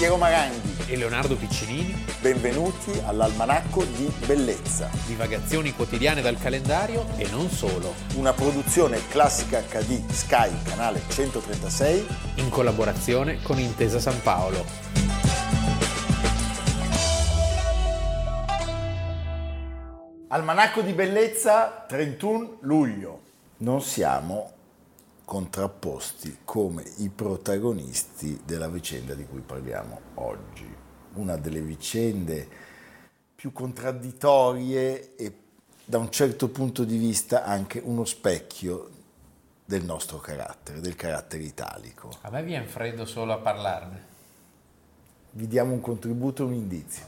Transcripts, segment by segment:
Piero Maranghi e Leonardo Piccinini. Benvenuti all'Almanacco di Bellezza. Divagazioni quotidiane dal calendario e non solo. Una produzione Classica HD Sky, canale 136. In collaborazione con Intesa San Paolo. Almanacco di Bellezza, 31 luglio. Non siamo contrapposti come i protagonisti della vicenda di cui parliamo oggi. Una delle vicende più contraddittorie e da un certo punto di vista anche uno specchio del nostro carattere, del carattere italico. A me viene freddo solo a parlarne. Vi diamo un contributo e un indizio.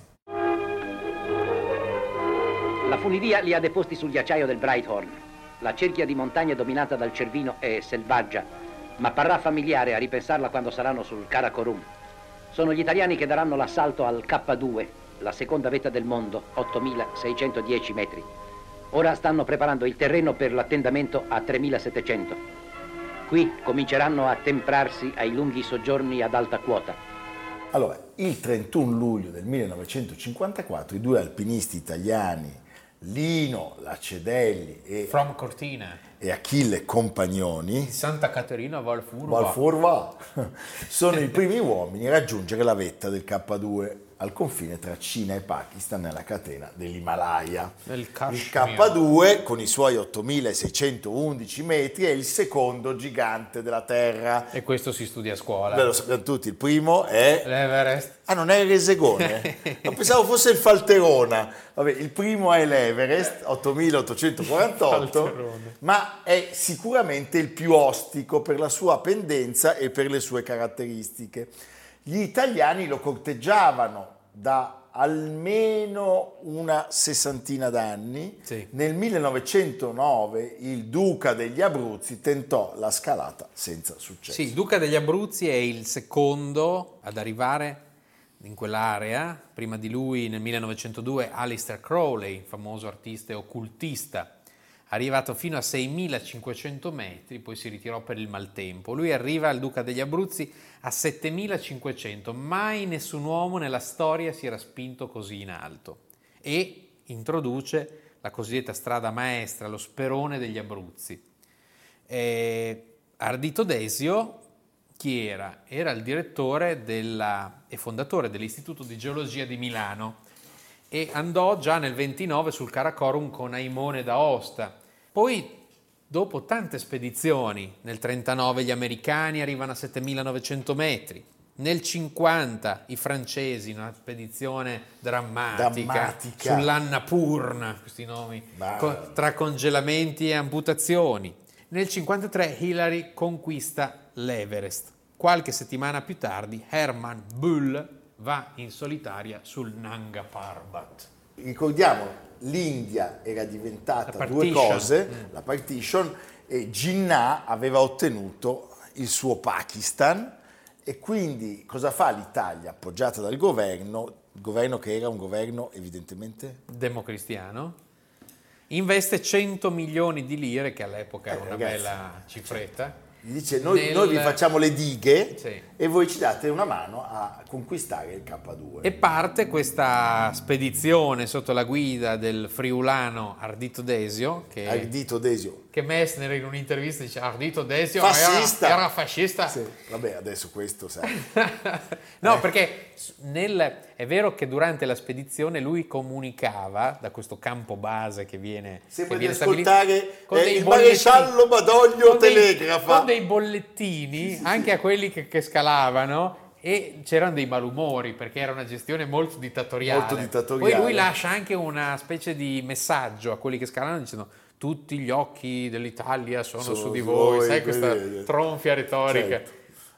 La funivia li ha deposti sul ghiacciaio del Breithorn. La cerchia di montagne dominata dal Cervino è selvaggia, ma parrà familiare a ripensarla quando saranno sul Karakorum. Sono gli italiani che daranno l'assalto al K2, la seconda vetta del mondo, 8.610 metri. Ora stanno preparando il terreno per l'attendamento a 3.700. Qui cominceranno a temprarsi ai lunghi soggiorni ad alta quota. Allora, il 31 luglio del 1954 i due alpinisti italiani Lino Lacedelli From Cortina e Achille Compagnoni Santa Caterina Valfurva sono i primi uomini a raggiungere la vetta del K2 al confine tra Cina e Pakistan nella catena dell'Himalaya. Il K2 con i suoi 8.611 metri è il secondo gigante della Terra. E questo si studia a scuola. Beh, lo sappiamo tutti, il primo è l'Everest. Ah, non è il Resegone? No, pensavo fosse il Falterona. Vabbè, il primo è l'Everest, 8.848, ma è sicuramente il più ostico per la sua pendenza e per le sue caratteristiche. Gli italiani lo corteggiavano da almeno una sessantina d'anni. Sì. Nel 1909 il duca degli Abruzzi tentò la scalata senza successo. Sì, il duca degli Abruzzi è il secondo ad arrivare in quell'area. Prima di lui nel 1902 Aleister Crowley, famoso artista e occultista, arrivato fino a 6.500 metri, poi si ritirò per il maltempo. Lui arriva al duca degli Abruzzi a 7.500, mai nessun uomo nella storia si era spinto così in alto, e introduce la cosiddetta strada maestra, lo Sperone degli Abruzzi. Ardito Desio, chi era? Era il direttore e fondatore dell'Istituto di Geologia di Milano e andò già nel 29 sul Karakorum con Aimone d'Aosta. Poi, dopo tante spedizioni, nel 39 gli americani arrivano a 7.900 metri, nel 50 i francesi, una spedizione drammatica. Sull'Annapurna, questi nomi, tra congelamenti e amputazioni. Nel 53 Hillary conquista l'Everest. Qualche settimana più tardi Hermann Bull va in solitaria sul Nanga Parbat. Ricordiamo, l'India era diventata due cose, la partition, e Jinnah aveva ottenuto il suo Pakistan, e quindi cosa fa l'Italia, appoggiata dal governo, il governo che era un governo evidentemente democristiano, investe 100 milioni di lire, che all'epoca era una bella cifretta. Gli dice noi vi facciamo le dighe, sì, e voi ci date una mano a conquistare il K2. E parte questa spedizione sotto la guida del friulano Ardito Desio, che Messner in un'intervista dice Ardito Desio era fascista. Sì, vabbè, adesso questo sai. No, perché è vero che durante la spedizione lui comunicava da questo campo base che viene ascoltare il maresciallo Badoglio telegrafa con dei bollettini anche a quelli che scalavano, e c'erano dei malumori perché era una gestione molto dittatoriale. Poi lui lascia anche una specie di messaggio a quelli che scalano dicendo: tutti gli occhi dell'Italia sono su di voi, sai, questa tronfia retorica. Certo.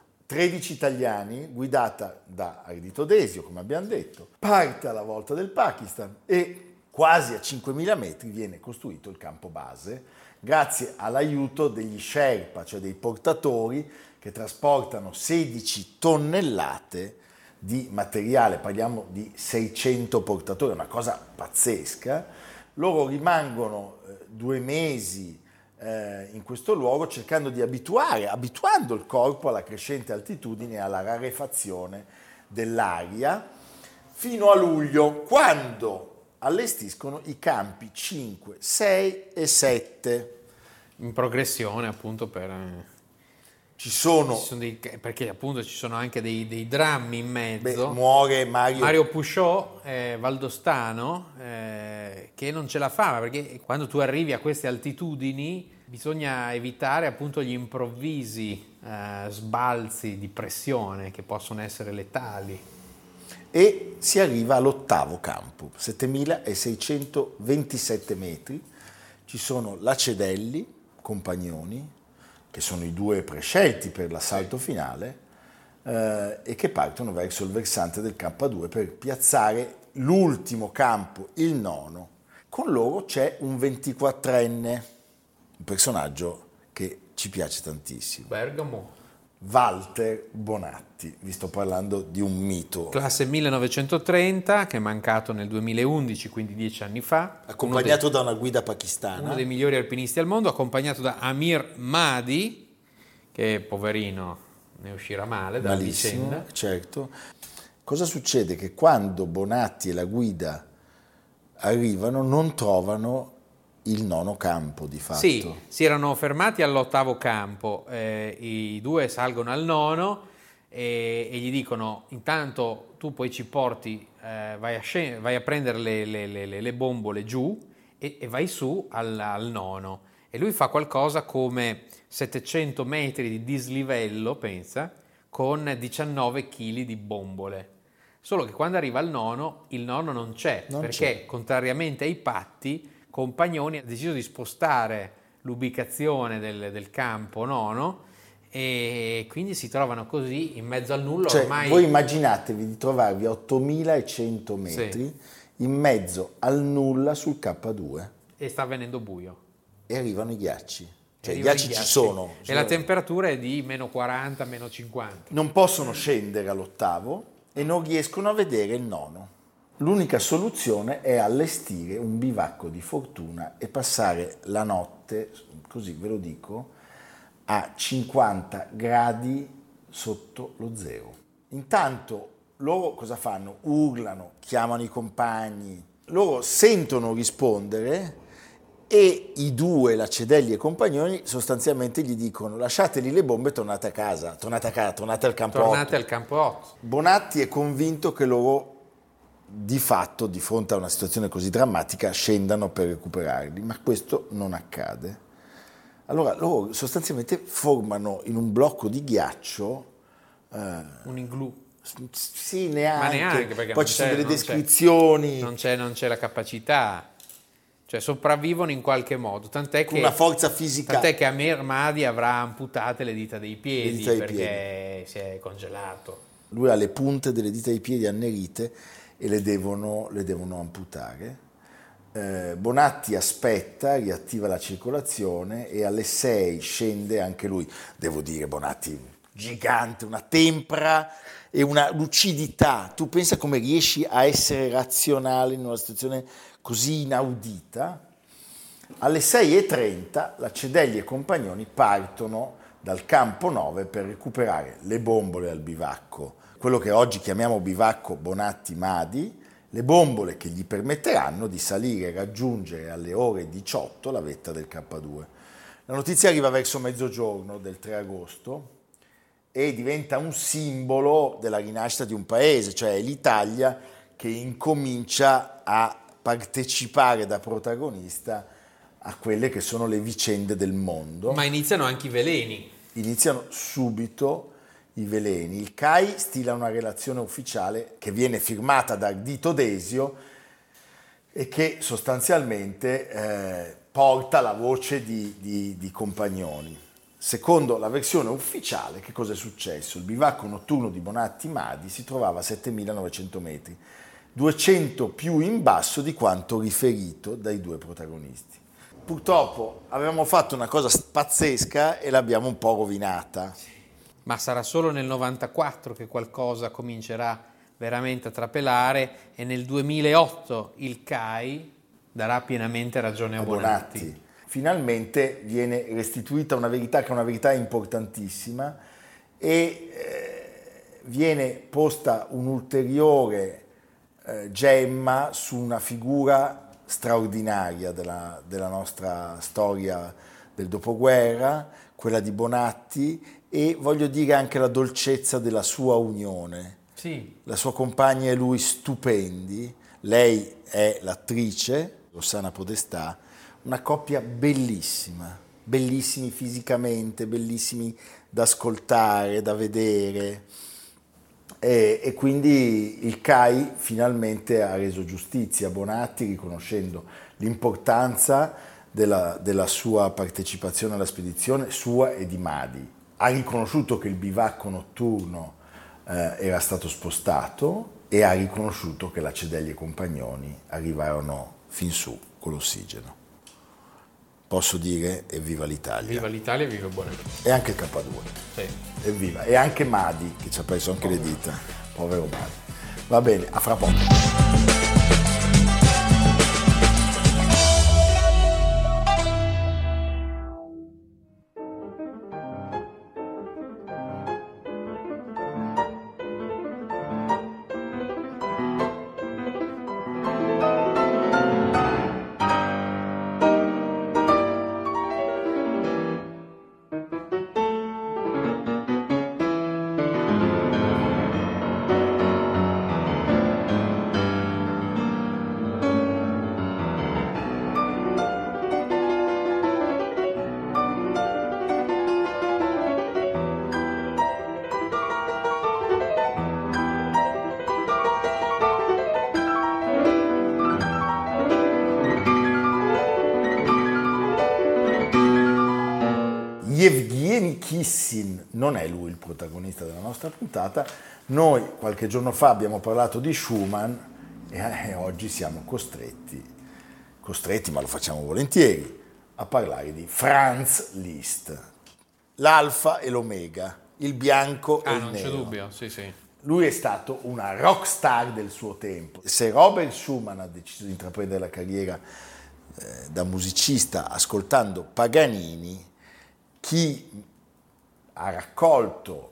13 italiani, guidata da Ardito Desio, come abbiamo detto, parte alla volta del Pakistan e quasi a 5.000 metri viene costruito il campo base grazie all'aiuto degli Sherpa, cioè dei portatori che trasportano 16 tonnellate di materiale, parliamo di 600 portatori, una cosa pazzesca. Loro rimangono 2 mesi in questo luogo cercando di abituando il corpo alla crescente altitudine e alla rarefazione dell'aria, fino a luglio, quando allestiscono i campi 5, 6 e 7. In progressione, appunto, Ci sono perché appunto ci sono anche dei drammi in mezzo. muore Mario Pucciò, valdostano, che non ce la fa, perché quando tu arrivi a queste altitudini bisogna evitare appunto gli improvvisi sbalzi di pressione che possono essere letali. e si arriva all'8° campo, 7.627 metri. Ci sono Lacedelli, Compagnoni, che sono i 2 prescelti per l'assalto finale, e che partono verso il versante del K2 per piazzare l'ultimo campo, il 9. Con loro c'è un 24enne, un personaggio che ci piace tantissimo, Bergamo. Walter Bonatti. Vi sto parlando di un mito. Classe 1930, che è mancato nel 2011, quindi 10 anni fa. Accompagnato da una guida Uno pakistana. dei migliori alpinisti al mondo, accompagnato da Amir Mahdi, che poverino ne uscirà male dalla Malissimo, vicenda. certo. Cosa succede? Che quando Bonatti e la guida arrivano non trovano il 9° campo di fatto. Sì, si erano fermati all'8° campo, i 2 salgono al 9° e gli dicono: intanto tu poi ci porti, vai a prendere le bombole giù e vai su al 9°. E lui fa qualcosa come 700 metri di dislivello, pensa, con 19 kg di bombole. Solo che quando arriva al 9° il 9° non c'è, perché contrariamente ai patti Compagnoni ha deciso di spostare l'ubicazione del campo 9° e quindi si trovano così in mezzo al nulla. Cioè, ormai. voi immaginatevi di trovarvi a 8.100 metri in mezzo al nulla sul K2 E sta avvenendo buio. e arrivano i ghiacci. Cioè, i Arrivano ghiacci ci sono. E la temperatura è di meno 40, meno 50. Non possono scendere all'8° e non riescono a vedere il 9°. L'unica soluzione è allestire un bivacco di fortuna e passare la notte, così ve lo dico, a 50 gradi sotto lo zero. Intanto loro cosa fanno? Urlano, chiamano i compagni, loro sentono rispondere e i 2, Lacedelli e Compagnoni, sostanzialmente gli dicono: lasciateli le bombe e tornate a casa, tornate al campo 8. Tornate al campo 8. Bonatti è convinto che loro di fatto, di fronte a una situazione così drammatica, scendano per recuperarli, ma questo non accade. Allora loro sostanzialmente formano in un blocco di ghiaccio Un igloo. sì, neanche perché poi non ci sono c'è- delle non c'è- descrizioni Non c'è la capacità, cioè sopravvivono in qualche modo, tant'è con che una forza fisica. Tant'è che Amir Mahdi avrà amputate le dita dei piedi, Le dita dei perché si è congelato. Lui ha le punte delle dita dei piedi annerite e le devono amputare. Bonatti aspetta, riattiva la circolazione e alle 6 scende anche lui. Devo dire, Bonatti, gigante, una tempra e una lucidità. Tu pensa come riesci a essere razionale in una situazione così inaudita. Alle 6:30 Lacedelli e Compagnoni partono dal campo 9 per recuperare le bombole al bivacco, quello che oggi chiamiamo bivacco Bonatti-Mahdi, le bombole che gli permetteranno di salire e raggiungere alle ore 18 la vetta del K2. La notizia arriva verso mezzogiorno del 3 agosto e diventa un simbolo della rinascita di un paese, cioè l'Italia che incomincia a partecipare da protagonista a quelle che sono le vicende del mondo. Ma iniziano anche i veleni. Iniziano subito i veleni. Il CAI stila una relazione ufficiale che viene firmata da Ardito Desio e che sostanzialmente porta la voce di Compagnoni. Secondo la versione ufficiale, che cosa è successo? Il bivacco notturno di Bonatti-Mahdi si trovava a 7.900 metri, 200 più in basso di quanto riferito dai 2 protagonisti. Purtroppo avevamo fatto una cosa pazzesca e l'abbiamo un po' rovinata. Ma sarà solo nel 94 che qualcosa comincerà veramente a trapelare e nel 2008 il CAI darà pienamente ragione a Bonatti. Finalmente viene restituita una verità che è una verità importantissima e viene posta un'ulteriore gemma su una figura straordinaria della nostra storia del dopoguerra, quella di Bonatti, e voglio dire anche la dolcezza della sua unione. Sì. La sua compagna e lui stupendi, lei è l'attrice, Rossana Podestà, una coppia bellissima, bellissimi fisicamente, bellissimi da ascoltare, da vedere, e quindi il CAI finalmente ha reso giustizia a Bonatti riconoscendo l'importanza della sua partecipazione alla spedizione, sua e di Madi. Ha riconosciuto che il bivacco notturno era stato spostato e ha riconosciuto che la Cedelli e Compagnoni arrivarono fin su con l'ossigeno. Posso dire evviva l'Italia. Viva l'Italia e viva Bonatti. E anche il K2. Sì. Evviva. E anche Madi, che ci ha preso anche le dita. Povero Madi. Va bene, a fra poco. Yevgeny Kissin non è lui il protagonista della nostra puntata. Noi qualche giorno fa abbiamo parlato di Schumann e oggi siamo costretti, ma lo facciamo volentieri, a parlare di Franz Liszt, l'alfa e l'omega, il bianco e il non nero. c'è dubbio, sì, sì. Lui è stato una rock star del suo tempo. Se Robert Schumann ha deciso di intraprendere la carriera da musicista ascoltando Paganini, chi ha raccolto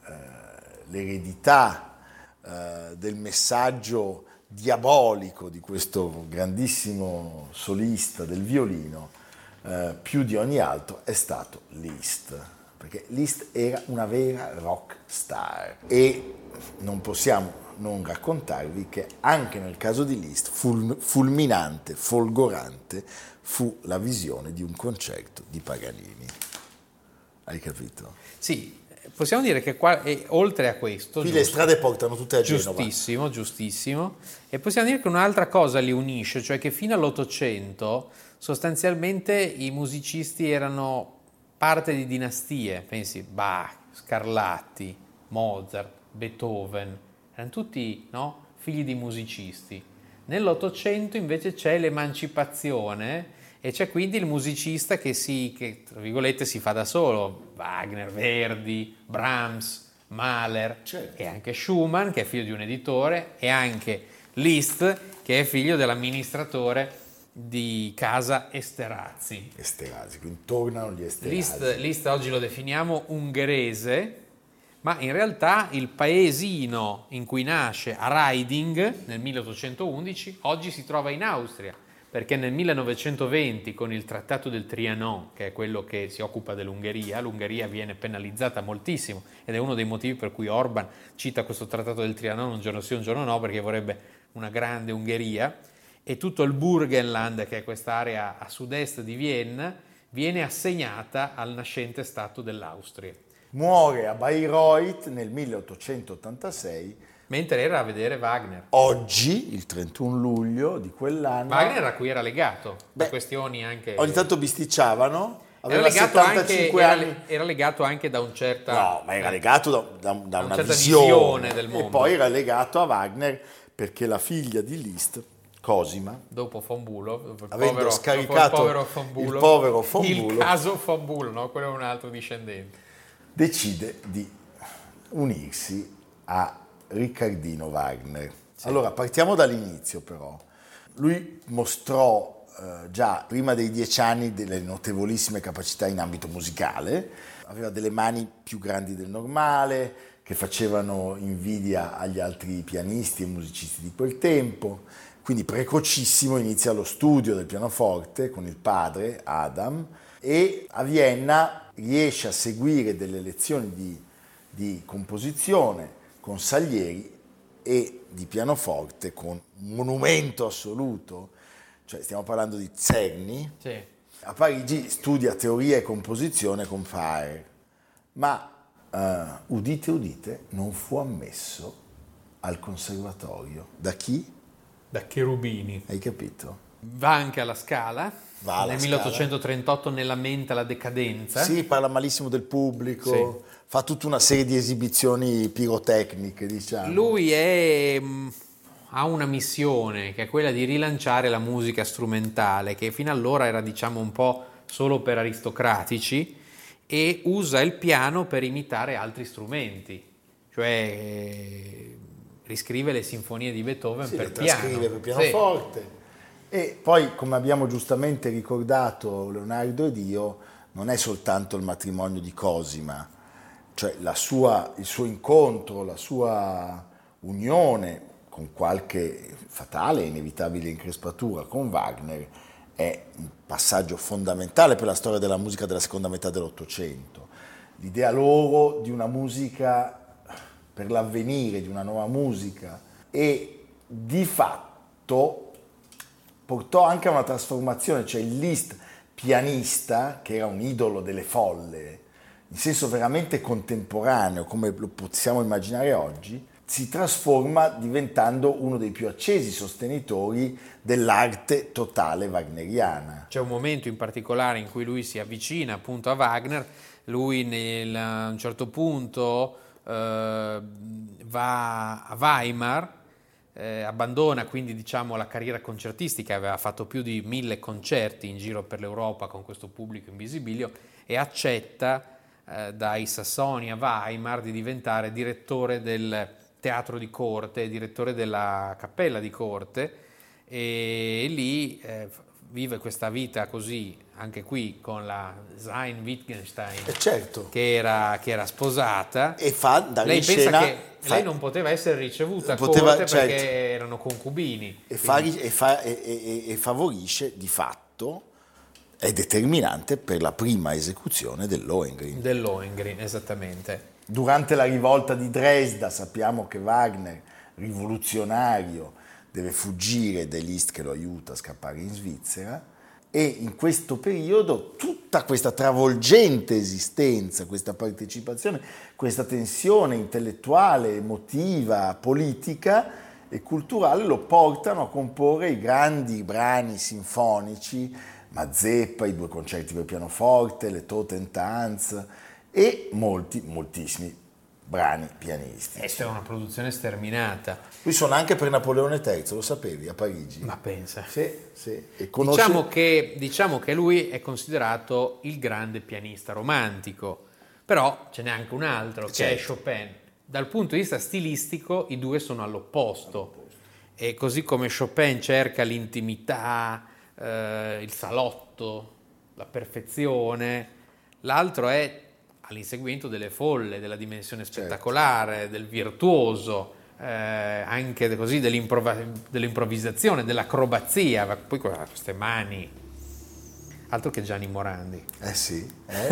l'eredità del messaggio diabolico di questo grandissimo solista del violino più di ogni altro è stato Liszt, perché Liszt era una vera rock star e non possiamo non raccontarvi che anche nel caso di Liszt fulminante, folgorante fu la visione di un concerto di Paganini. Hai capito? Sì, possiamo dire che qua, oltre a questo... Qui le strade portano tutte a Genova. Giustissimo, giustissimo. E possiamo dire che un'altra cosa li unisce, cioè che fino all'Ottocento sostanzialmente i musicisti erano parte di dinastie. Pensi Bach, Scarlatti, Mozart, Beethoven, erano tutti, no, figli di musicisti. Nell'Ottocento invece c'è l'emancipazione e c'è quindi il musicista che tra virgolette si fa da solo, Wagner, Verdi, Brahms, Mahler, certo. E anche Schumann che è figlio di un editore e anche Liszt che è figlio dell'amministratore di casa Esterhazy. Esterhazy, quindi tornano gli Esterhazy. Liszt oggi lo definiamo ungherese, ma in realtà il paesino in cui nasce a Raiding nel 1811 oggi si trova in Austria, perché nel 1920 con il Trattato del Trianon, che è quello che si occupa dell'Ungheria, l'Ungheria viene penalizzata moltissimo ed è uno dei motivi per cui Orban cita questo Trattato del Trianon un giorno sì un giorno no, perché vorrebbe una grande Ungheria, e tutto il Burgenland, che è quest'area a sud-est di Vienna, viene assegnata al nascente Stato dell'Austria. Muore a Bayreuth nel 1886. Mentre era a vedere Wagner. Oggi, il 31 luglio di quell'anno... Wagner a cui era legato, per questioni anche... Ogni tanto bisticciavano, era aveva legato 75 anni. Era legato anche da un certo... No, ma era legato da una certa visione del mondo. E poi era legato a Wagner perché la figlia di Liszt, Cosima, dopo Fambulo, avendo scaricato il povero Fambulo, il caso Fambulo, no? Quello è un altro discendente, decide di unirsi a Riccardino Wagner. Sì. Allora partiamo dall'inizio però. Lui mostrò già prima dei 10 anni delle notevolissime capacità in ambito musicale, aveva delle mani più grandi del normale, che facevano invidia agli altri pianisti e musicisti di quel tempo. Quindi precocissimo inizia lo studio del pianoforte con il padre, Adam, e a Vienna riesce a seguire delle lezioni di composizione con Salieri e di pianoforte con un monumento assoluto, cioè stiamo parlando di Czerny. Sì. A Parigi studia teoria e composizione con Faer, ma udite udite, non fu ammesso al conservatorio. Da chi? Da Cherubini. Hai capito? Va anche alla Scala, Va alla nel Scala. 1838 ne lamenta la decadenza. Sì, parla malissimo del pubblico, Sì. fa tutta una serie di esibizioni pirotecniche, diciamo. Lui ha una missione che è quella di rilanciare la musica strumentale, che fino allora era, diciamo, un po' solo per aristocratici, e usa il piano per imitare altri strumenti, cioè riscrive le sinfonie di Beethoven Sì, per le piano. trascrive per pianoforte. Sì. E poi, come abbiamo giustamente ricordato Leonardo ed io, non è soltanto il matrimonio di Cosima, cioè il suo incontro, la sua unione con qualche fatale e inevitabile increspatura con Wagner è un passaggio fondamentale per la storia della musica della seconda metà dell'Ottocento. L'idea loro di una musica per l'avvenire, di una nuova musica, e di fatto portò anche a una trasformazione, cioè il Liszt pianista, che era un idolo delle folle, in senso veramente contemporaneo, come lo possiamo immaginare oggi, si trasforma diventando uno dei più accesi sostenitori dell'arte totale wagneriana. C'è un momento in particolare in cui lui si avvicina appunto a Wagner, lui a un certo punto va a Weimar, abbandona quindi, diciamo, la carriera concertistica, aveva fatto più di 1000 concerti in giro per l'Europa con questo pubblico invisibilio, e accetta dai sassoni a Weimar di diventare direttore del teatro di corte, direttore della cappella di corte, e lì vive questa vita così, anche qui con la Sein Wittgenstein, Certo. che era sposata, E fa dare lei in pensa scena, che lei non poteva essere ricevuta a corte perché certo, erano concubini, e favorisce di fatto, è determinante per la prima esecuzione del Lohengrin. Esattamente. Durante la rivolta di Dresda sappiamo che Wagner, rivoluzionario, deve fuggire da Liszt che lo aiuta a scappare in Svizzera, e in questo periodo tutta questa travolgente esistenza, questa partecipazione, questa tensione intellettuale, emotiva, politica e culturale lo portano a comporre i grandi brani sinfonici, Mazeppa, i 2 concerti per pianoforte, le Totentanz e moltissimi brani pianistici. Questa è una produzione sterminata. Lui suona anche per Napoleone III, lo sapevi, a Parigi? Ma pensa. Sì. E Diciamo che lui è considerato il grande pianista romantico, però ce n'è anche un altro, che è Chopin. Dal punto di vista stilistico i due sono all'opposto. E così come Chopin cerca l'intimità, il salotto, la perfezione, l'altro è all'inseguimento delle folle, della dimensione spettacolare, del virtuoso, anche così dell'improvvisazione, dell'acrobazia, poi con queste mani, altro che Gianni Morandi. Sì.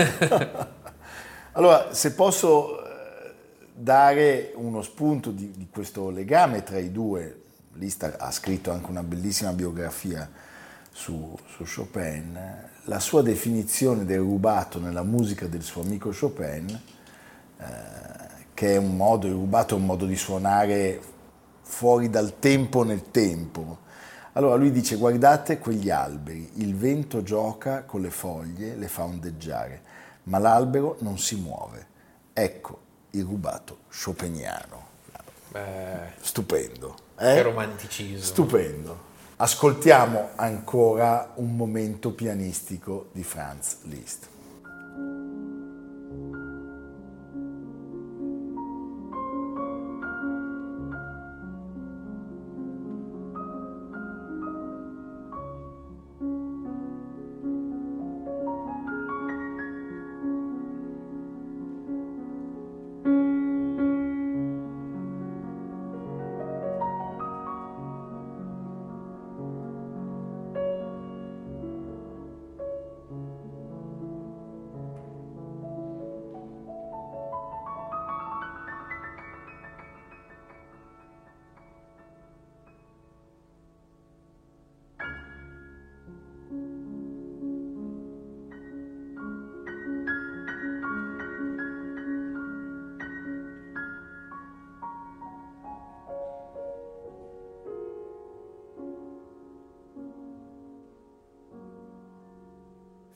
Allora, se posso dare uno spunto di questo legame tra i due, Liszt ha scritto anche una bellissima biografia su Chopin, la sua definizione del rubato nella musica del suo amico Chopin, che è il rubato è un modo di suonare fuori dal tempo nel tempo. Allora lui dice: guardate quegli alberi, il vento gioca con le foglie, le fa ondeggiare, ma l'albero non si muove. Ecco il rubato chopiniano. Stupendo. Che romanticismo. Stupendo. Ascoltiamo ancora un momento pianistico di Franz Liszt.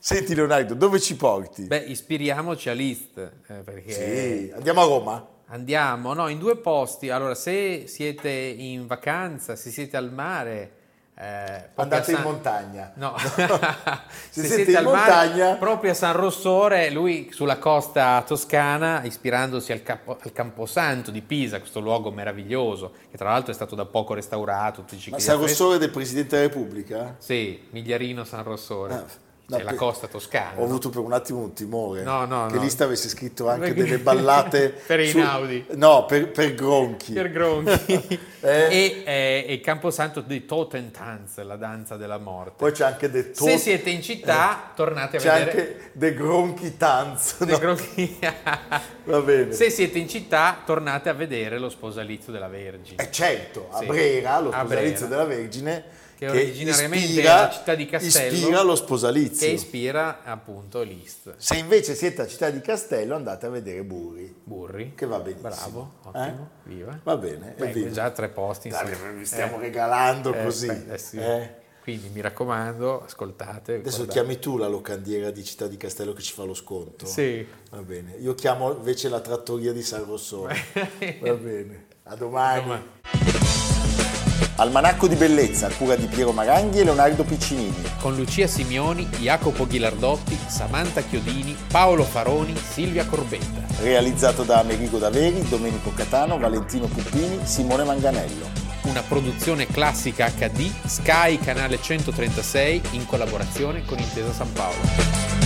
Senti Leonardo, dove ci porti? Beh, ispiriamoci a Liszt, perché Sì, andiamo a Roma? andiamo, no, in 2 posti. Allora, se siete in vacanza, se siete al mare, Andate in montagna. No, Se se siete siete in al montagna- mare, proprio a San Rossore, lui sulla costa toscana, ispirandosi al Camposanto di Pisa, questo luogo meraviglioso, che tra l'altro è stato da poco restaurato, tutti i cicli Ma di San affresco. Rossore del Presidente della Repubblica? Sì, Migliarino San Rossore. No, C'è la costa toscana. Ho avuto per un attimo un timore No, che no. Liszt avesse scritto anche Perché- delle ballate per i Naudi. No, per Gronchi. Per Gronchi. E il Camposanto di Totentanz, la danza della morte. Poi c'è anche Se siete in città, tornate a c'è vedere. anche The Gronchi Tanz. dei No? Gronchi. Va bene. Se siete in città, tornate a vedere lo sposalizio della Vergine. Certo, a Sì. Brera, lo A sposalizio Brera. della Vergine Che originariamente è la città di Castello, ispira lo sposalizio. che ispira appunto Liszt. Se invece siete a Città di Castello, andate a vedere Burri, Burri. che va benissimo. Bravo, ottimo, viva. Va bene, Beh, evviva. già 3 posti. Dai, insomma. vi stiamo regalando così. Sì. Eh? Quindi mi raccomando, ascoltate. Adesso guardate. chiami tu la locandiera di Città di Castello che ci fa lo sconto. Sì. Va bene. Io chiamo invece la trattoria di San Rossore. Va bene. A domani. Almanacco di bellezza a cura di Piero Maranghi e Leonardo Piccinini. Con Lucia Simioni, Jacopo Ghilardotti, Samantha Chiodini, Paolo Faroni, Silvia Corbetta. Realizzato da Amerigo Daveri, Domenico Catano, Valentino Puppini, Simone Manganello. Una produzione classica HD, Sky Canale 136 in collaborazione con Intesa San Paolo.